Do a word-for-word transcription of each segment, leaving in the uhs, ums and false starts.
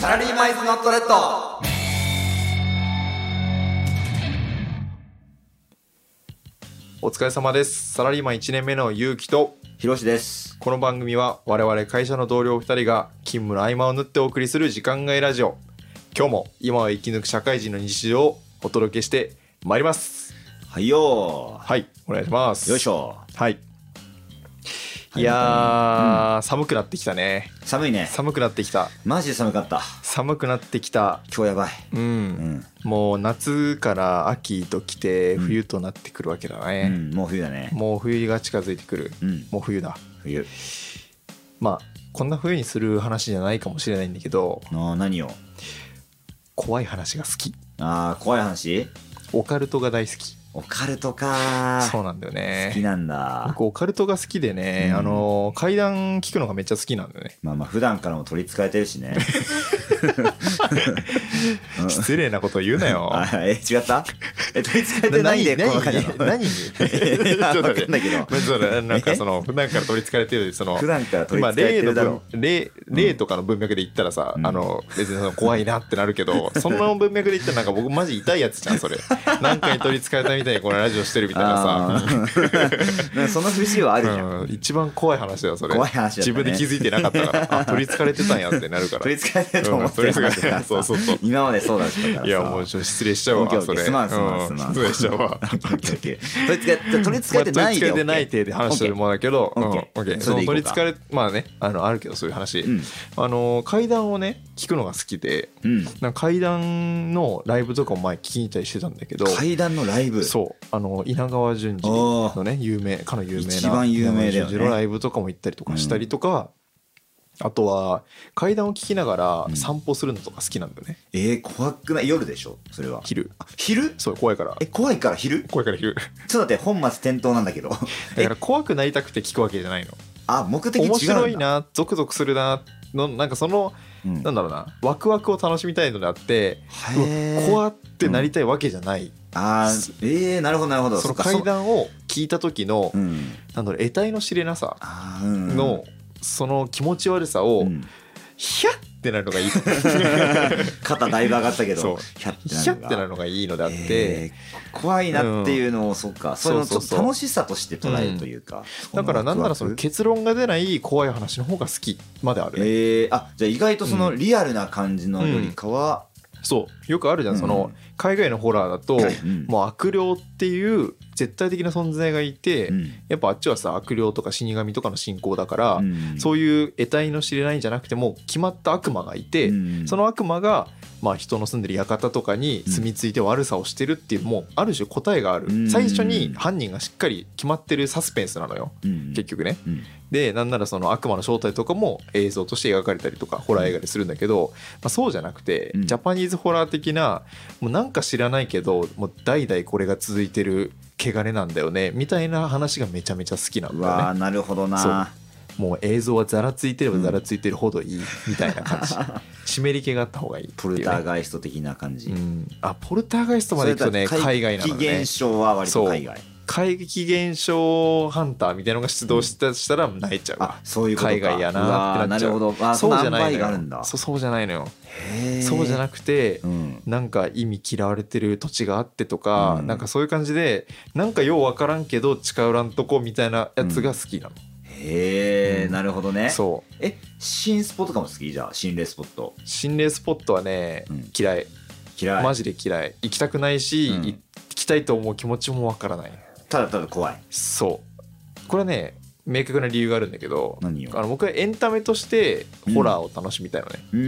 サラリーマイズノットレッド。 お疲れ様です。サラリーマンいちねんめのゆうきとひろしです。 この番組は我々会社の同僚ふたりが勤務の合間を縫ってお送りする時間外ラジオ。今日も今を生き抜く社会人の日常をお届けしてまいります。 はいよー。 はい、お願いします。 よいしょ。 はい。いやー、うん、寒くなってきたね。 寒いね。 寒くなってきた。 マジで寒かった。 寒くなってきた。 今日やばい。 うん。うん、もう夏から秋ときて冬となってくるわけだね。 うんうん、もう冬だね。 もう冬が近づいてくる。うん、もう冬だ。 冬。 まあこんな冬にする話じゃないかもしれないんだけど。 あ、何を？ 怖い話が好き。 あー、怖い話？ オカルトが大好き。 オカルトか。 そうなんだよね。 好きなんだ。 僕オカルトが好きでね、うん、あの怪談聞くのがめっちゃ好きなんだよね。 まあまあ普段からも取り憑かれてるしね。 失礼なこと言うなよ。 あ、え、違った？え、取り憑かれてないでこの感じなの？ 何に？ ちょっと分かんないけど。 なんかその普段から取り憑かれてるその普段から取り憑かれてるだろう。 霊霊とかの文脈で言ったらさ、うん、あの別にその怖いなってなるけど、その文脈で言ったらなんか僕マジ痛いやつじゃんそれ。なんかに取り憑かれたみたいにこのラジオしてるみたいなさ。 その節はあるじゃん、 うん、一番怖い話だよそれ。 怖い話だったね。 自分で気づいてなかったからあ取り憑かれてたんやってなるから。 取り憑かれてると思ってる話だからさ、そうそうそう、今までそうだったからさ。 いやもうちょっと失礼しちゃうわそれ。 すまんすまんすまん、 失礼しちゃうわ。 取り憑かれてないで、 取り憑かれてない体で話してるものだけど、 オッケー、 その取り憑かれまあね、あのあるけどそういう話、うん、あの怪談をね聞くのが好きで、うん、なんか怪談のライブとかも前聞きに行ったりしてたんだけど。 怪談のライブ？ そうあの稲川淳二のね有名かの有名な一番有名だよね。 のライブとかも行ったりとかしたりとか、うん、あとは怪談を聞きながら散歩するのとか好きなんだよね、 うん、えー、怖くない？夜でしょそれは？昼。あ、昼？ そう怖いから。 え、怖いから昼？ 怖いから昼。 ちょっと待って、本末転倒なんだけど。だから怖くなりたくて聞くわけじゃないの。 あ、目的違うんだ。 面白いな、ゾクゾクするなの、なんかその、うん、なんだろうな、ワクワクを楽しみたいのであって、怖ってなりたいわけじゃない、うん、 あー、えー、なるほどなるほど。 その怪談を聞いた時の、うん、なんだろう、得体の知れなさの、その気持ち悪さを、うん、ヒャッってなるのがいい。 肩だいぶ上がったけど、 そうヒャッってなるのがいいのであって、 えー、怖いなっていうのを、うん、そっか、それのちょっと楽しさとして捉えるというか、 うん、だからなんならその結論が出ない怖い話の方が好きまである、ね。 えー、あ、じゃあ意外とそのリアルな感じのよりかは、 うん、そうよくあるじゃん、うん、その海外のホラーだと、うん、もう悪霊っていう絶対的な存在がいて、うん、やっぱあっちはさ悪霊とか死神とかの信仰だから、うん、そういう得体の知れないんじゃなくても決まった悪魔がいて、うん、その悪魔がまあ人の住んでる館とかに住み着いて悪さをしてるっていう、もうある種答えがある、うん、最初に犯人がしっかり決まってるサスペンスなのよ、うん、結局ね、うん、でなんならその悪魔の正体とかも映像として描かれたりとかホラー映画でするんだけど、まあ、そうじゃなくて、うん、ジャパニーズホラー的なもうなんか知らないけどもう代々これが続いてる汚れなんだよねみたいな話がめちゃめちゃ好きなんだよね。 うわー、なるほどな。 もう映像はざらついてればざらついてるほどいいみたいな感じ、うん、湿り気があった方がいい、ね、 ポルターガイスト的な感じ、 うん、あポルターガイストまで行くとね海外なのね。 怪奇現象は割と海外。 怪奇現象ハンターみたいなのが出動した、したら泣いちゃう、 あ、そういうことか。 海外やなってなっちゃう。 なるほど。あ、 そうじゃないのよ。 あるんだ。 そう、そうじゃないのよ。 へー、 そうじゃなくて、 うん、なんか意味嫌われてる土地があってとか、うん、なんかそういう感じでなんかようわからんけど近寄らんとこみたいなやつが好きなの、 うん、へえ、うん、なるほどね。 そう。 え、新スポとかも好き？じゃあ心霊スポット。 心霊スポットはね、うん、嫌い。 嫌い。 マジで嫌い。行きたくないし、うん、行きたいと思う気持ちもわからない。 ただただ怖い。 そう。これね明確な理由があるんだけど、 何よ。 あの僕はエンタメとしてホラーを楽しみたいのね、 うん、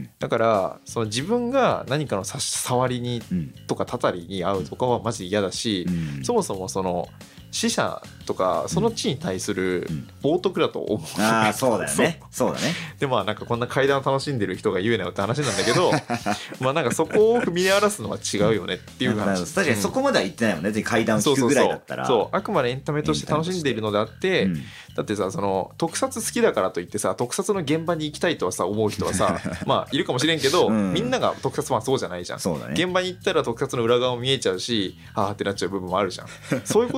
だからその自分が何かのさ触りにとかたたりに合うとかはマジで嫌だし、うん、そもそもその死者とかその地に対する冒涜だと思う、 うん、ああそうだよね。そうだね。 でまあなんかこんな階段を楽しんでる人が言うなよって話なんだけどまあなんかそこを踏み荒らすのは違うよねっていう話。 確かにそこまでは言ってないもんね、階段を聞くぐらいだったら。 そうそうそうそう、あくまでエンタメとして楽しんでいるのであって、うん、だってさその特撮好きだからといってさ特撮の現場に行きたいとはさ思う人はさまあいるかもしれんけど、うん、みんなが特撮はそうじゃないじゃん。 そうだね。 現場に行ったら特撮の裏側も見えちゃうしあーってなっちゃう部分もあるじゃんそういうことじゃないのよ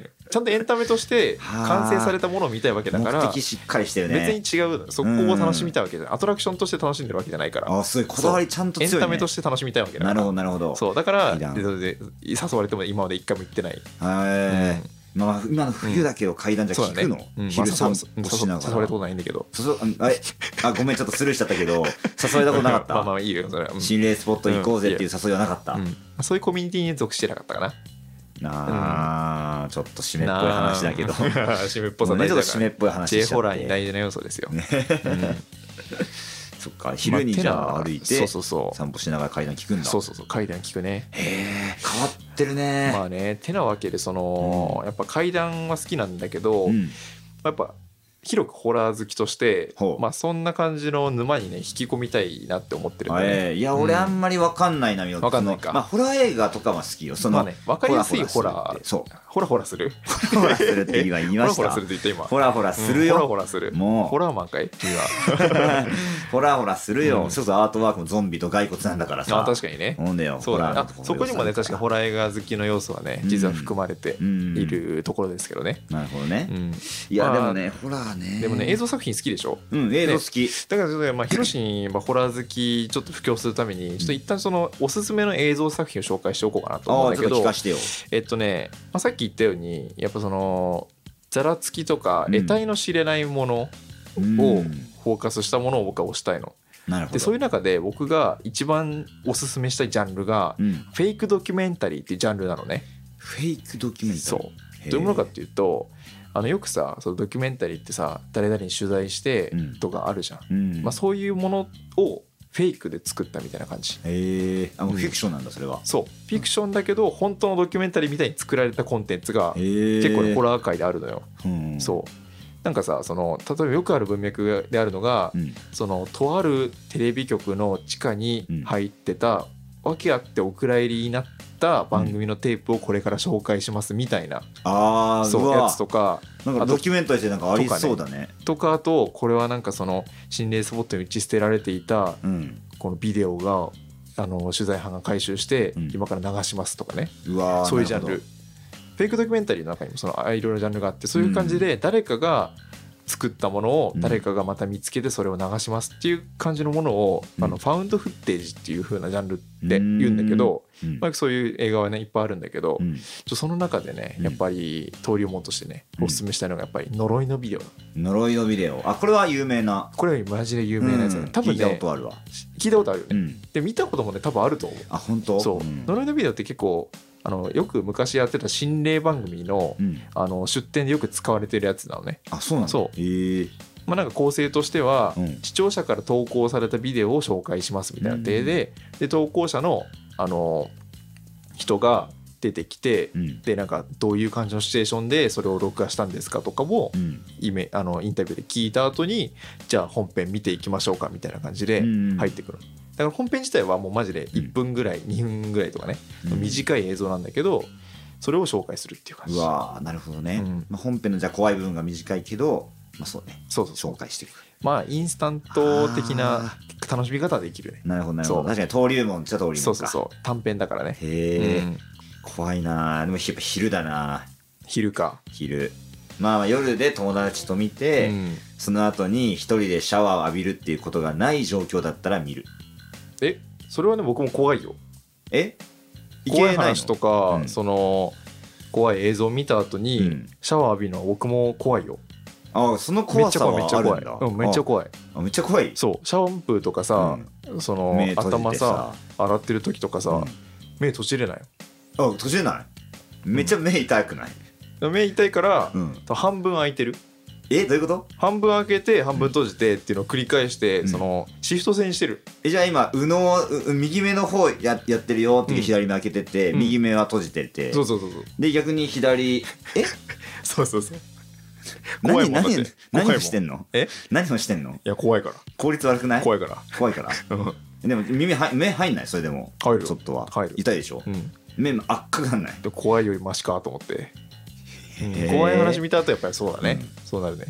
ちゃんとエンタメとして完成されたものを見たいわけだから目的しっかりしてるね。 別に違うそこを楽しみたいわけじゃない、アトラクションとして楽しんでるわけじゃないから。 あ、すごいこだわりちゃんと強いね。 エンタメとして楽しみたいわけだから。 なるほどなるほど。 そうだからでで誘われても今まで一回も行ってない。 はい、うん、まあ今の冬だけど階段じゃ聞くの、うんね、昼散歩しながら。 誘われたことないんだけど。 あれあごめんちょっとスルーしちゃったけど誘われたことなかった。 まあまあいいよそれは、うん、 心霊スポット行こうぜっていう誘いはなかった、 うん、そういうコミュニティに属してなかったかな。 なあ、うん、ちょっと締めっぽい話だけど締めっぽさ大事だから、ね、 ちょっと締めっぽい話しちゃって J ホラーに大事な要素ですよ、ねうん、 そっか昼にじゃあ歩いて散歩しながら階段聞くんだ。 そうそうそう階段聞くね。 へえ変わってるね。 まあねてなわけでその、うん、やっぱ階段は好きなんだけど、うん、やっぱ広くホラー好きとして、まあそんな感じの沼にね引き込みたいなって思ってるんだね。 えー、いや俺あんまり分かんないな。み分かんないか。 まあホラー映画とかは好きよ。その、 まあね、分かりやすいホラー。そうホラホラするホラするって今言いました。 ホラホラするって言った今。 ホラホラするよ、 うん、ホラホラする。もうホラーマンかい君はホラホラするよ、うん、そうそうアートワークもゾンビと骸骨なんだからさ。 あ確かにね。 そうだよ。 そうだ、あそこにもね確かにホラー映画好きの要素はね実は含まれているところですけどね、 うんうん、なるほどね、うん、いや、まあ、でもねホラーねでもね映像作品好きでしょ。 うん映像好き、 ね、だからちょっとまあヒロシにホラー好きちょっと布教するためにちょっと一旦そのおすすめの映像作品を紹介しておこうかなと思うんだけど、 あちょっと聞かしてよ。 えっとね、まあ、さっき言ったようにやっぱそのざらつきとか得体の知れないものをフォーカスしたものを僕は推したいの。 なるほど。 でそういう中で僕が一番おすすめしたいジャンルが、うん、フェイクドキュメンタリーっていうジャンルなのね。 フェイクドキュメンタリー。 そうどういうものかっていうとあのよくさそのドキュメンタリーってさ誰々に取材してとかあるじゃん、うんまあ、そういうものをフェイクで作ったみたいな感じ。 へえ、あもうフィクションなんだそれは。 そうフィクションだけど本当のドキュメンタリーみたいに作られたコンテンツが結構ねホラー界であるのよ、うん、そうなんかさその例えばよくある文脈であるのが、うん、そのとあるテレビ局の地下に入ってた、うん、訳あってお蔵入りになった番組のテープをこれから紹介しますみたいな、うん、 あそうやつとかなんかドキュメンタリーでなんかありそうだね。 とかあとこれはなんかその心霊スポットに打ち捨てられていたこのビデオがあの取材班が回収して今から流しますとかね、 うわそういうジャンル。フェイクドキュメンタリーの中にもそのいろいろジャンルがあってそういう感じで誰かが作ったものを誰かがまた見つけてそれを流しますっていう感じのものを、うん、あのファウンドフッテージっていう風なジャンルって言うんだけど、うんまあ、そういう映画はねいっぱいあるんだけど、うん、ちょその中でねやっぱり登竜門としてねおすすめしたいのがやっぱり呪いのビデオ。 呪いのビデオ、あこれは有名な、 これはマジで有名なやつね、うん、多分ね聞いたことあるわ。 聞いたことあるよね、うん、で見たこともね多分あると思う。 あ本当。 そう、うん、呪いのビデオって結構あのよく昔やってた心霊番組 の,、うん、あの出展でよく使われてるやつなのね。 あそうなんだ。 そう、 えーまあ、なんか構成としては、うん、視聴者から投稿されたビデオを紹介しますみたいな体で、うん、で投稿者の、あの人が出てきて、うん、でなんかどういう感じのシチュエーションでそれを録画したんですかとかも、うん、イメあのインタビューで聞いた後にじゃあ本編見ていきましょうかみたいな感じで入ってくる、うん、だから本編自体はもうマジでいっぷんぐらい、うん、にふんぐらいとかね、うん、短い映像なんだけどそれを紹介するっていう感じ。 うわなるほどね、うんまあ、本編のじゃあ怖い部分が短いけど、まあそうね、そうそうそう紹介してくる。 まあインスタント的な楽しみ方はできるね。 なるほどなるほど。確かに登竜門っちゃ登竜門か。 そうそうそう短編だからね。 へえ、うん、怖いな。でもやっぱ昼だな。 昼か。 昼。まあ夜で友達と見て、うん、その後に一人でシャワーを浴びるっていうことがない状況だったら見る。 えそれはね僕も怖いよ。 え怖い話とか、うん、その怖い映像を見た後にシャワー浴びるのは僕も怖いよ。 あその怖さはあるんだ。 めっちゃ怖い。 あめっちゃ怖い。 そうシャンプーとかさ、うん、その頭さ洗ってる時とかさ、うん、目閉じれない。 あ閉じれない。めっちゃ目痛くない、 うん、目痛いから、うん、半分開いてる。 えどういうこと？ 半分開けて半分閉じてっていうのを繰り返して、うん、そのシフト制にしてる。 えじゃあ今右の右目の方 や, やってるよって左目開けてて、うん、右目は閉じてて、 そうそうそうそうで逆に左えそうそうそう怖いもんだって。何何をしてんの？ え何をしてんの？ いや怖いから。 効率悪くない？ 怖いから怖いからでも耳は目入んない？それでも入るちょっとは入る。 痛いでしょ、うん、目赤くなんない？ 怖いよりマシかと思って、うん、怖い話見た後やっぱりそうだね、うん、そうなるね。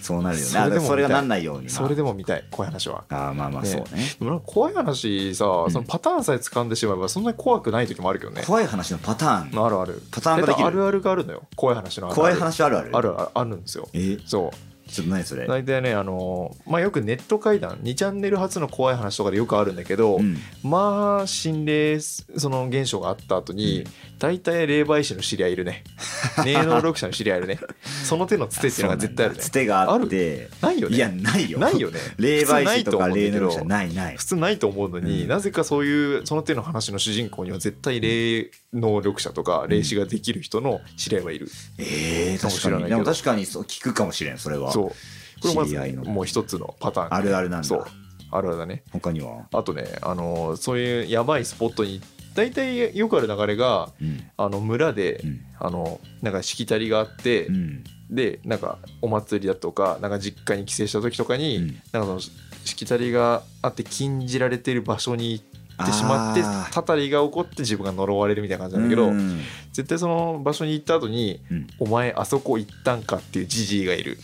そうなるよね。 それでも見たいそれがなんないようにな。 それでも見たい怖い話は。 ああまあまあそうね。 でもなんか怖い話さ、そのパターンさえ掴んでしまえばそんなに怖くない時もあるけどね。 怖い話のパターンあるある。 パターンができる。 あるあるがあるのよ。怖い話のあるある。 怖い話あるあるあるあるあるんですよ。 えー、 そう。 ちょっと何それ。 大体ね、あのーまあ、よくネット怪談にチャンネル初の怖い話とかでよくあるんだけど、うん、まあ心霊その現象があった後に、うん、大体霊媒師の知り合いいるね。霊能力者の知り合いいるね。その手のつてっていうのが絶対あるね。 つてがあってないよね。 いやないよ。 ないよね。 霊媒師とか霊能力者ないない普通ないと思うのに、うん、なぜかそういうその手の話の主人公には絶対霊能力者とか霊視ができる人の知り合いはいる。 うん、えー、確かに。でも確かにそう聞くかもしれんそれは。 そうこれまずもう一つのパターン、ね、 あるあるなんだ。 そうあるあるだね。 他にはあとね、あのそういうやばいスポットに大体よくある流れが、うん、あの村で、うん、あのなんかしきたりがあって、うん、でなんかお祭りだとかなんか実家に帰省した時とかに、うん、なんかそのしきたりがあって禁じられている場所に行ってしまってたたりが起こって自分が呪われるみたいな感じなんだけど、うん、絶対その場所に行った後に、うん、お前あそこ行ったんかっていうジジイがいる。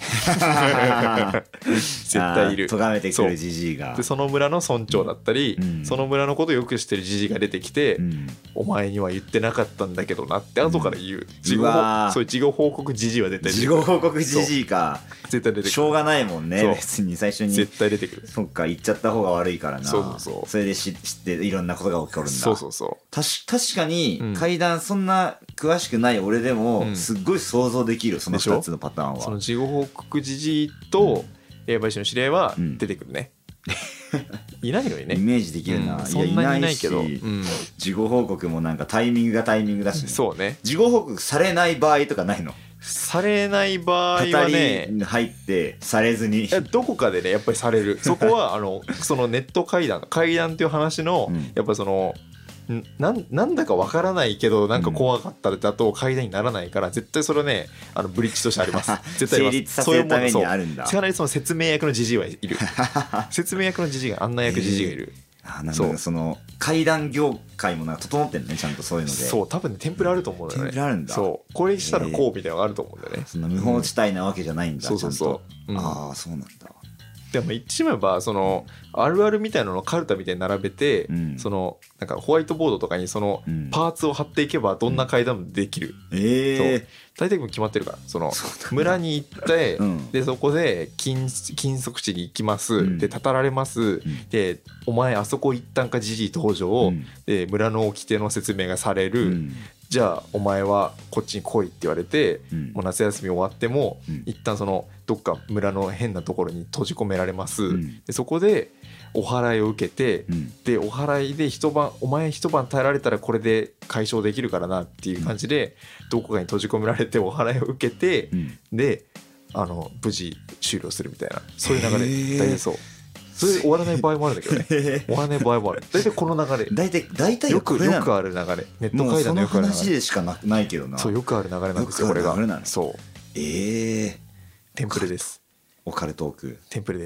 絶対いる。 咎めてくるジジイが。 でその村の村長だったり、うん、その村のことをよく知ってるジジイが出てきて、うん、お前には言ってなかったんだけどなって後から言う、うん、事後そういう事後報告ジジイは絶対出てくる。 事後報告ジジイか。 絶対出てくる。 しょうがないもんね別に最初に絶対出てくる。 そっか言っちゃった方が悪いからな。 そうそうそう。 それで知っていろんなことが起こるんだ。 そうそうそう。 たし確かに怪談そんな詳しくない俺でも、うん、すっごい想像できるそのふたつのパターンは。 その事後報告ジジイと霊媒師の知り合いは出てくるね。うん、いないのにね。 イメージできるな。 うん、そんなにいないけど、うん、 事後報告もなんかタイミングがタイミングだし、ね、 そうね。 事後報告されない場合とかないの？ されない場合はね、 入ってされずにどこかでねやっぱりされる。そこはあのそのネット怪談怪談っていう話の、うん、やっぱそのな ん, なんだかわからないけどなんか怖かっただと怪談にならないから、絶対それはねあのブリッジとしてあります。絶対成立させるためにあるんだ。 かなりその説明役のジジイはいる。説明役のジジイが案内役ジジイがいる。 あなんかその怪談業界もなんか整ってるねちゃんとそういうので。 そう多分ねテンプレあると思うんだよね。 テンプレあるんだ。 そうこれしたらこうみたいなのがあると思うんだよね。 そんな無法地帯なわけじゃないんだ。 そうそうそう。 うん、ああそうなんだ。 でも言ってしまえばそのあるあるみたいなのをカルタみたいに並べて、うん、そのなんかホワイトボードとかにそのパーツを貼っていけばどんな階段もできる、 うん、えー、 大体も決まってるからその村に行って、うん、でそこで 金, 金属地に行きます、うん、でたたられます、うん、でお前あそこ行ったんかじじい登場、うん、で村の掟の説明がされる、うん、じゃあお前はこっちに来いって言われて、うん、もう夏休み終わっても、うん、一旦そのどっか村の変なところに閉じ込められます、うん、でそこでお祓いを受けて、うん、でお祓いで一晩お前一晩耐えられたらこれで解消できるからなっていう感じで、うん、どこかに閉じ込められてお祓いを受けて、うん、であの無事終了するみたいなそういう流れ大体そう。それで終わらない場合もあるんだけどね。終わらない場合もある。大体この流れ。 大体大体よくよくある流れ。ネット怪談のよくある流れ。 その話でしか な, ないけどな。 そうよくある流れなんですよこれが。そう。 ええー。 テンプレです。 オカルトーク。 テンプレです。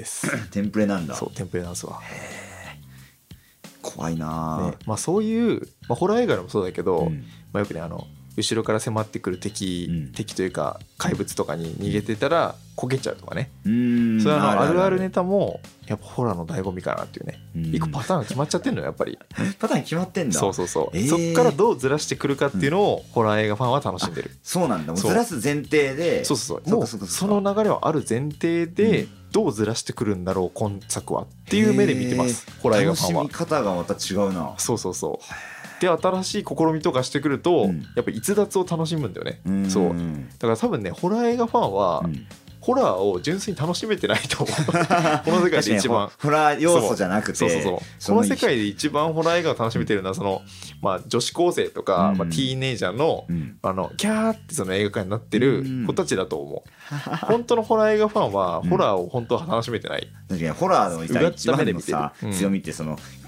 テンプレなんだ。 そうテンプレなんですわ。 怖いな、 ね。まあそういう、まあ、ホラー映画でもそうだけど、うん、まあよくねあの後ろから迫ってくる敵、うん、敵というか怪物とかに逃げてたら焦げちゃうとかね。うーんそれはあのあるあるネタもやっぱホラーの醍醐味かなっていうね。一個パターン決まっちゃってんのよやっぱり。 パターン決まってんだ。 そうそうそう、えー、そっからどうずらしてくるかっていうのをホラー映画ファンは楽しんでる。 そうなんだ。もうずらす前提で。 そうそうそうもうその流れはある前提で、うん、どうずらしてくるんだろう今作はっていう目で見てます。ホラー映画ファンは。 楽しみ方がまた違うな。 そうそうそう。で新しい試みとかしてくると、うん、やっぱ逸脱を楽しむんだよね。うそうだから多分ねホラー映画ファンは、うん、ホラーを純粋に楽しめてないと思う。この世界で一番ホラー要素じゃなくてそうそうそうこの世界で一番ホラー映画を楽しめてるのはその、まあ、女子高生とか、うんまあ、ティーネイジャーの、うん、あのキャーってその映画館になってる子たちだと思う。本当のホラー映画ファンはホラーを本当は楽しめてない。 確かにホラーの一番のさ、うん、強みってその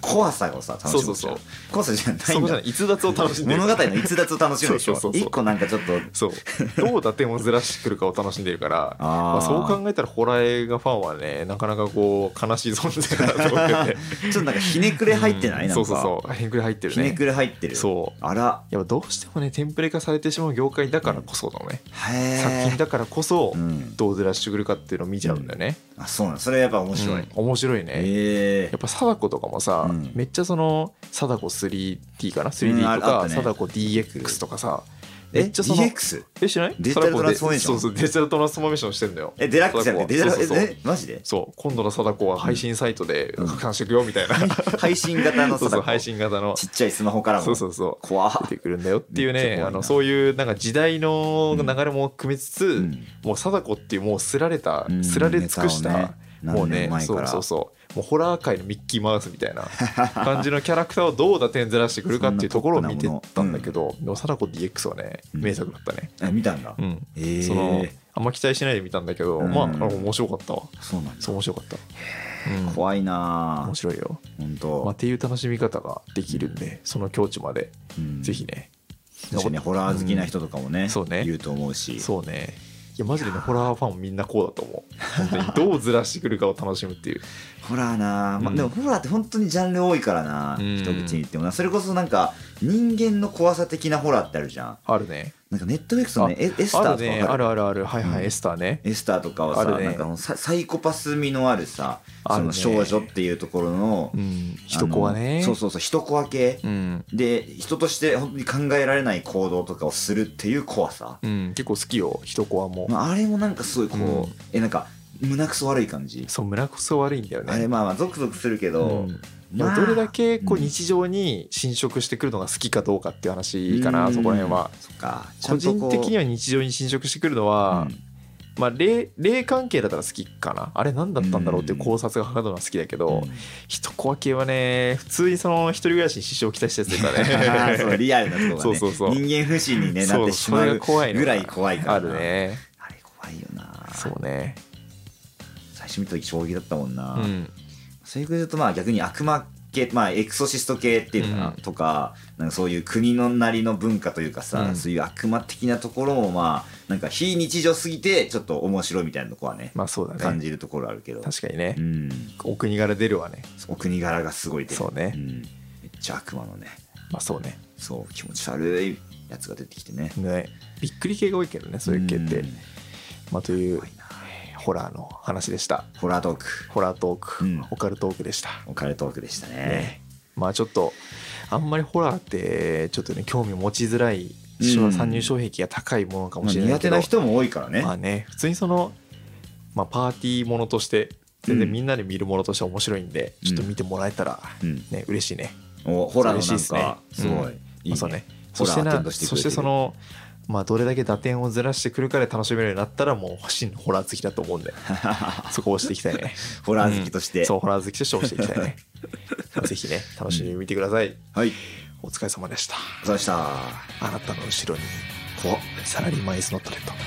怖さをさ楽しむ。 そうそうそう。 怖さじゃないんだ。 そこじゃない、逸脱を楽しんでる。 物語の逸脱を楽しむでしょ。 そうそうそうそう。 一個なんかちょっとそうどう打点をずらしてくるかを楽しんでるからあ、まあ、そう考えたらホラー映画ファンはねなかなかこう悲しい存在だと思っててちょっとなんかひねくれ入ってない、うん、なんかそうそうそうひねくれ入ってるね。 ひねくれ入ってる。 そうあらやっぱどうしてもねテンプレ化されてしまう業界だからこそだね、 うん、へ作品だからこそどうずらしてくるかっていうのを見ちゃうんだよね、 うん、あそうなんそれやっぱ面白い、うん、 面白いね。 へやっぱ貞子とかもさ、うん、めっちゃその貞子 スリーディー かな スリーディー とか、うんね、貞子 ディーエックス とかさめっちゃそのディーエックス？ え知らない？ デジタルトランスフォーメーション。 そうそうデジタルトランスフォーメーションしてんだよ。 えデラックスじゃなくてデジタルそうそうそうえマジで？ そう今度の貞子は配信サイトで拡散していくよみたいな、うん、 配信型の貞子そうそう配信型のちっちゃいスマホからもそうそうそう怖出てくるんだよっていうねあのそういうなんか時代の流れも組みつつ、うん、もう貞子っていうもうすられた、うん、すられ尽くした、ね、もうねそうそうそうもうホラー界のミッキーマウスみたいな感じのキャラクターをどう打点ずらしてくるかっていうところを見てたんだけど、うん、でも貞子 ディーエックス はね名作だったね、 うん、見たんだ、 うんえー、 そのあんま期待しないで見たんだけど、うん、まあ面白かったわ。 そうなんだ。 そう面白かった、 うん、怖いな面白いよ本当、 まあ、っていう楽しみ方ができるんでその境地まで、うん、ぜひね確かにホラー好きな人とかもね、うん、 そうね言うと思うしそうねいやマジでねホラーファンみんなこうだと思う本当にどうずらしてくるかを楽しむっていうホラーな、まあ、でもホラーって本当にジャンル多いからな、うん、一口に言ってもなそれこそなんか人間の怖さ的なホラーってあるじゃん。 あるね。 なんかネットフリックスのねエスターとかあるねあるあるあるはいはい、うん、エスターねエスターとかはさ、ね、なんかサイコパス味のあるさその少女っていうところの、 うん、人コアねそうそうそう人コア系、うん、で人として本当に考えられない行動とかをするっていう怖さ、 うん、結構好きよ人コアも、 まあ、あれもなんかすごいこう、うん、えなんか胸くそ悪い感じ。 そう胸くそ悪いんだよねあれまあまあゾクゾクするけど、うんまあ、どれだけこう日常に侵食してくるのが好きかどうかっていう話かな、うん、そこら辺は。 そっか個人的には日常に侵食してくるのは、うん、まあ 霊, 霊関係だったら好きかなあれ何だったんだろうっていう考察がはかどるのは好きだけど、うん、人コア系はね普通にその一人暮らしに支障をきたしたやつだからねそうリアルなところがねそうそうそう人間不信に、ね、なってしまうぐらい怖いからあるね。 あれ怖いよな。 そうね最初見た時衝撃だったもんな、うん、そういうこと言うとまあ逆に悪魔系、まあ、エクソシスト系っていうのかな、うん、とかなんかそういう国のなりの文化というかさ、うん、そういう悪魔的なところもまあなんか非日常すぎてちょっと面白いみたいなところはね、 まあそうだね感じるところあるけど確かにね、うん、お国柄出るわね。 お国柄がすごい出るそうね、 うん、めっちゃ悪魔のねまあそうねそう気持ち悪いやつが出てきてねねびっくり系が多いけどねそういう系って、うん、まあというホラーの話でした。 ホラートークホラートーク、うん、オカルトークでしたオカルトークでしたね。 ねまあちょっとあんまりホラーってちょっとね興味持ちづらい、うん、参入障壁が高いものかもしれないけど、 まあ、苦手な人も多いからね。 まあね普通にその、まあ、パーティーものとして全然みんなで見るものとして面白いんで、うん、ちょっと見てもらえたらね、うん、嬉しいね。 おホラーのなんかすごい、うん、いいね。 そうねそしてなそしてそのまあどれだけ打点をずらしてくるかで楽しめるようになったらもう真のホラー好きだと思うんでそこを押していきたいねホラー好きとして、 うん、そうホラー好きとして押していきたいねぜひね楽しみに見てください、うん、 はいお疲れ様でした。 お疲れ様でした。 あなたの後ろにこうサラリーマンイズノットレッド。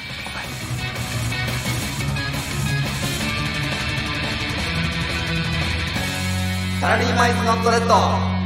サラリーマンイズノットレッド。